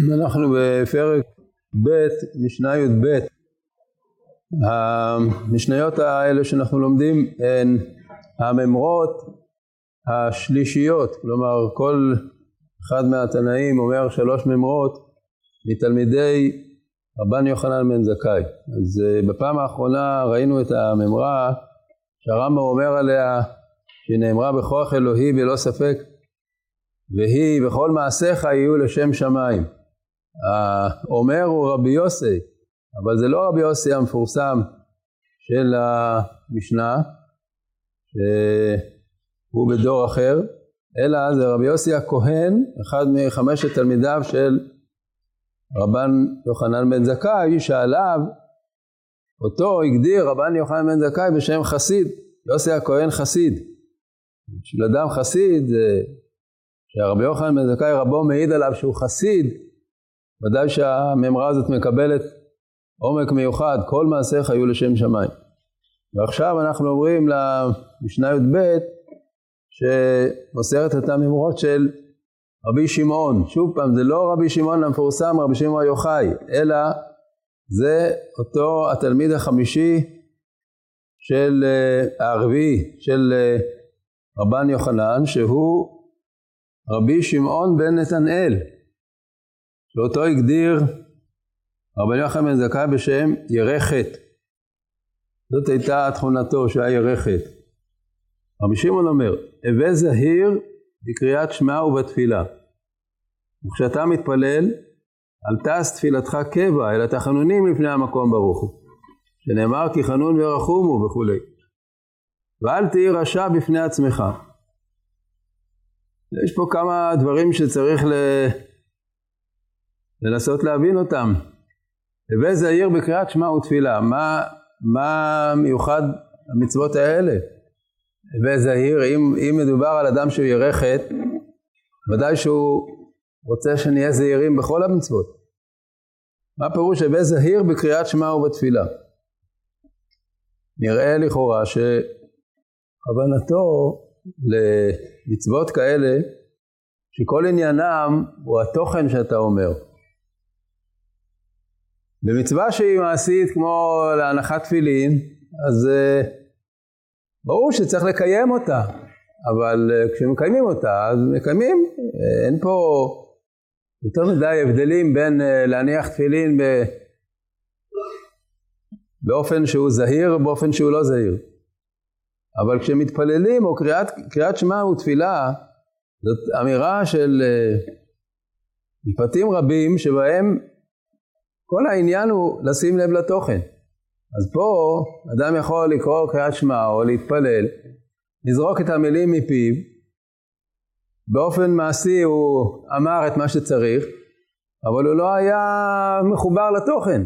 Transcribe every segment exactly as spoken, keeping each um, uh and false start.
אנחנו בפרק ב', משנה י' ב'. המשניות האלה שאנחנו לומדים הן הממרות השלישיות, כלומר כל אחד מהתנאים אומר שלוש ממרות מתלמידי רבן יוחנן בן זכאי. אז בפעם האחרונה ראינו את הממרה שהרמב"ם אומר עליה שהיא נאמרה בכוח אלוהי בלא ספק, והיא בכל מעשיך יהיו לשם שמיים. האומר הוא רבי יוסי, אבל זה לא רבי יוסי המפורסם של המשנה שהוא בדור אחר, אלא זה רבי יוסי הכהן, אחד מחמשת תלמידיו של רבן יוחנן בן זכאי, שעליו אותו הגדיר רבן יוחנן בן זכאי בשם חסיד. יוסי הכהן חסיד. של אדם חסיד, שהרבי יוחנן בן זכאי רבו מעיד עליו שהוא חסיד, ודאי שהממרה הזאת מקבלת עומק מיוחד, כל מעשיך היו לשם שמיים. ועכשיו אנחנו עוברים למשנה י' ב' שמוסרת את הממרות של רבי שמעון. שוב פעם, זה לא רבי שמעון המפורסם, רבי שמעון יוחאי, אלא זה אותו התלמיד החמישי של הרביעי של רבן יוחנן, שהוא רבי שמעון בן נתנאל, שאותו הגדיר רבן יוחנן בן זכאי בשם ירחת. זאת הייתה תכונתו שהיה ירחת. רבי שמעון אומר, הווה זהיר בקריאת שמע ובתפילה. וכשאתה מתפלל, אל תעש תפילתך קבע, אלא תחנונים לפני המקום ברוך הוא. שנאמר כי חנון ורחומו וכו'. ואל תהי רשע בפני עצמך. יש פה כמה דברים שצריך ל... לנסות להבין אותם. הווה זהיר בקריאת שמע ותפילה. מה, מה מיוחד המצוות האלה? הווה זהיר, אם, אם מדובר על אדם שהוא ירחת, ודאי שהוא רוצה שנהיה זהירים בכל המצוות. מה פירוש הווה זהיר בקריאת שמע ובתפילה? נראה לכאורה שכוונתו למצוות כאלה, שכל עניינם הוא התוכן שאתה אומר. במצווה שהיא מעשית כמו להנחת תפילין, אז ברור שצריך לקיים אותה, אבל כשמקיימים אותה, אז מקיימים. אין פה יותר מדי הבדלים בין להניח תפילין באופן שהוא זהיר ובאופן שהוא לא זהיר. אבל כשמתפללים או קריאת, קריאת שמע ותפילה, זאת אמירה של משפטים רבים שבהם כל העניין הוא לשים לב לתוכן. אז פה אדם יכול לקרוא קריאת שמע או להתפלל, לזרוק את המילים מפיו, באופן מעשי הוא אמר את מה שצריך, אבל הוא לא היה מחובר לתוכן.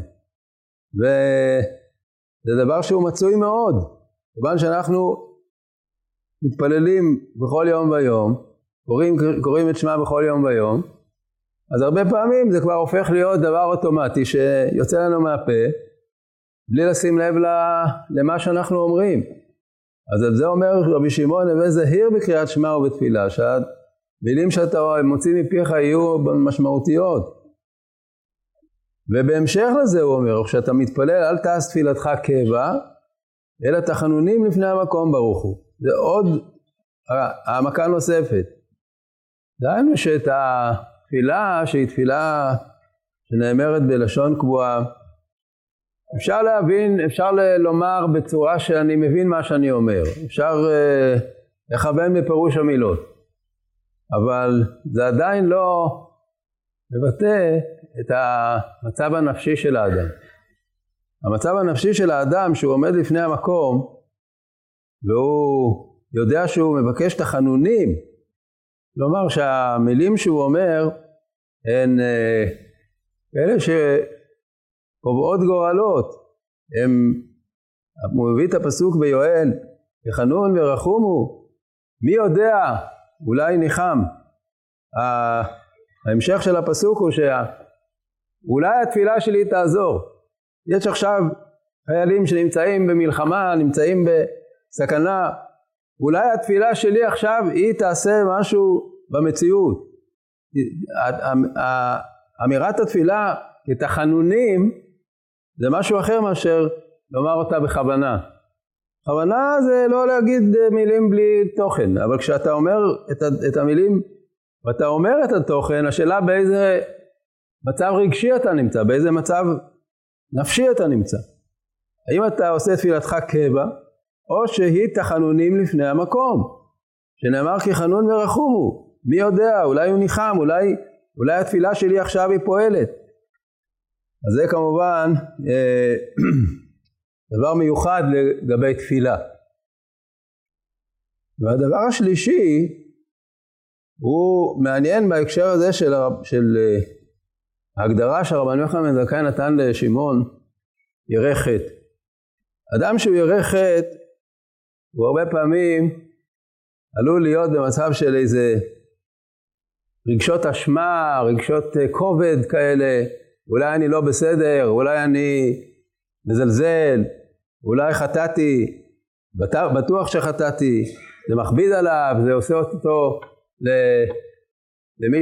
וזה דבר שהוא מצוי מאוד. כיוון שאנחנו מתפללים בכל יום ויום, קוראים, קוראים את שמע בכל יום ויום, אז הרבה פעמים זה כבר הופך להיות דבר אוטומטי שיוצא לנו מהפה, בלי לשים לב למה שאנחנו אומרים. אז על זה אומר רבי שמעון, הווה זהיר בקריאת שמע ובתפילה, שהמילים שאתה מוציא מפיך יהיו משמעותיות. ובהמשך לזה הוא אומר, כשאתה מתפלל אל תעש תפילתך קבע, אלא תחנונים לפני המקום ברוך הוא. זה עוד העמקה נוספת. דהיינו שאת התפילה, שהיא תפילה שנאמרת בלשון קבועה, אפשר להבין, אפשר לומר בצורה שאני מבין מה שאני אומר. אפשר uh, לכוון בפירוש המילות. אבל זה עדיין לא מבטא את המצב הנפשי של האדם. המצב הנפשי של האדם שהוא עומד לפני המקום, והוא יודע שהוא מבקש תחנונים, כלומר שהמילים שהוא אומר הן uh, כאלה שקובעות גורלות. הם, הוא מביא את הפסוק ביואל, יחנון ורחומו, מי יודע, אולי ניחם. ההמשך של הפסוק הוא שאולי התפילה שלי תעזור. יש עכשיו חיילים שנמצאים במלחמה, נמצאים בסכנה, אולי התפילה שלי עכשיו היא תעשה משהו במציאות. אמירת התפילה כתחנונים זה משהו אחר מאשר לומר אותה בכוונה. בכוונה זה לא להגיד מילים בלי תוכן, אבל כשאתה אומר את, את המילים ואתה אומר את התוכן, השאלה באיזה מצב רגשי אתה נמצא, באיזה מצב נפשי אתה נמצא. האם אתה עושה תפילתך קבע, או שהיא תחנונים לפני המקום, שנאמר כי חנון ורחומו, מי יודע, אולי הוא ניחם, אולי, אולי התפילה שלי עכשיו היא פועלת. אז זה כמובן אה, דבר מיוחד לגבי תפילה. והדבר השלישי, הוא מעניין בהקשר הזה של, של ההגדרה שרבן יוחנן בן זכאי נתן לשמעון, ירא חטא. אדם שהוא ירא חטא, הוא הרבה פעמים עלול להיות במצב של איזה רגשות אשמה, רגשות כובד כאלה, אולי אני לא בסדר, אולי אני מזלזל, אולי חטאתי, בטוח שחטאתי, זה מכביד עליו, זה עושה אותו למי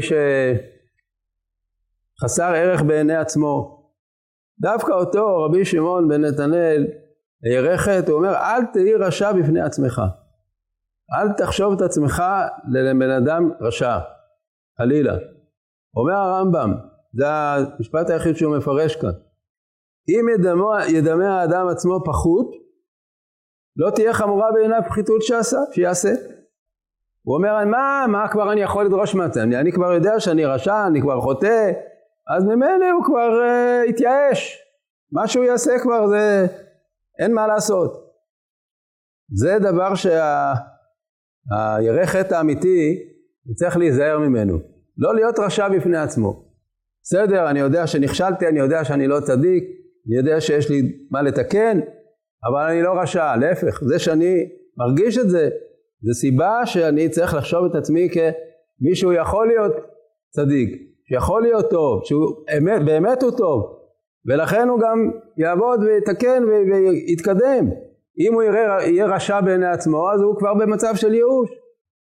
שחסר ערך בעיני עצמו. דווקא אותו רבי שמעון בן נתנאל, ירא חטא, הוא אומר, אל תהי רשע בפני עצמך. אל תחשוב את עצמך לבן אדם רשע, חלילה. אומר הרמב"ם, זה המשפט היחיד שהוא מפרש כאן. אם ידמה, ידמה האדם עצמו פחות, לא תהיה חמורה בעיניו פחיתות שעשה, שיעשה. הוא אומר, מה, מה כבר אני יכול לדרוש מעצמי? אני כבר יודע שאני רשע, אני כבר חוטא, אז ממילא הוא כבר uh, התייאש. מה שהוא יעשה כבר זה, אין מה לעשות. זה דבר שהירא חטא האמיתי, הוא צריך להיזהר ממנו. לא להיות רשע בפני עצמו. בסדר, אני יודע שנכשלתי, אני יודע שאני לא צדיק, אני יודע שיש לי מה לתקן, אבל אני לא רשע, להפך, זה שאני מרגיש את זה, זה סיבה שאני צריך לחשוב את עצמי כמישהו יכול להיות צדיק, שיכול להיות טוב, שהוא באמת, באמת הוא טוב, ולכן הוא גם יעבוד ויתקן ויתקדם. אם הוא יראה, יהיה רשע בעיני עצמו, אז הוא כבר במצב של ייאוש.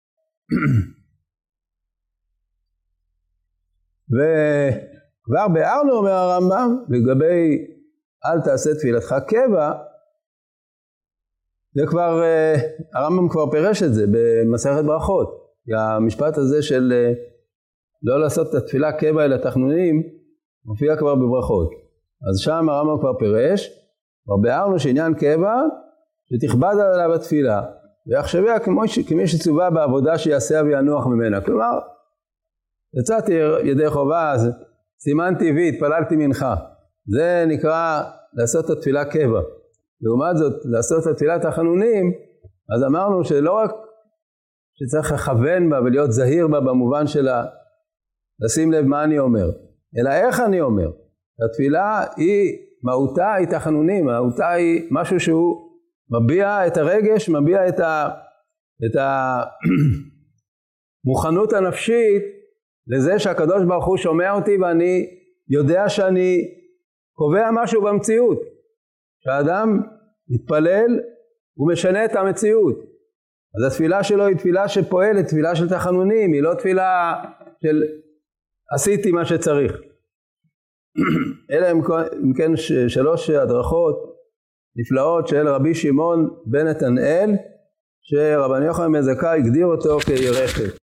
וכבר ביארנו, אומר הרמב"ם, לגבי אל תעשה תפילתך קבע, זה כבר, הרמב"ם כבר פירש את זה במסכת ברכות. המשפט הזה של לא לעשות את התפילה קבע אלא תחנונים, מופיע כבר בברכות. אז שם הרמב"ם כבר פירש, כבר ביארנו שעניין קבע, שתכבד עליו התפילה, ויחשביה כמי שצווה בעבודה שיעשה וינוח ממנה. כלומר, יצאתי ידי חובה, אז סימנתי וי, התפללתי מנחה. זה נקרא לעשות את התפילה קבע. לעומת זאת, לעשות את התפילת החנונים, אז אמרנו שלא רק שצריך לכוון בה ולהיות זהיר בה במובן שלה, לשים לב מה אני אומר, אלא איך אני אומר. התפילה היא, מהותה היא תחנונים, מהותה היא משהו שהוא מביע את הרגש, מביע את, ה, את המוכנות הנפשית, לזה שהקדוש ברוך הוא שומע אותי ואני יודע שאני קובע משהו במציאות. שהאדם מתפלל ומשנה את המציאות. אז התפילה שלו היא תפילה שפועלת, תפילה של תחנונים, היא לא תפילה של עשיתי מה שצריך. אלה אם כן שלוש הדרכות נפלאות של רבי שמעון בן נתנאל, שרבן יוחנן בן זכאי הגדיר אותו כירא חטא.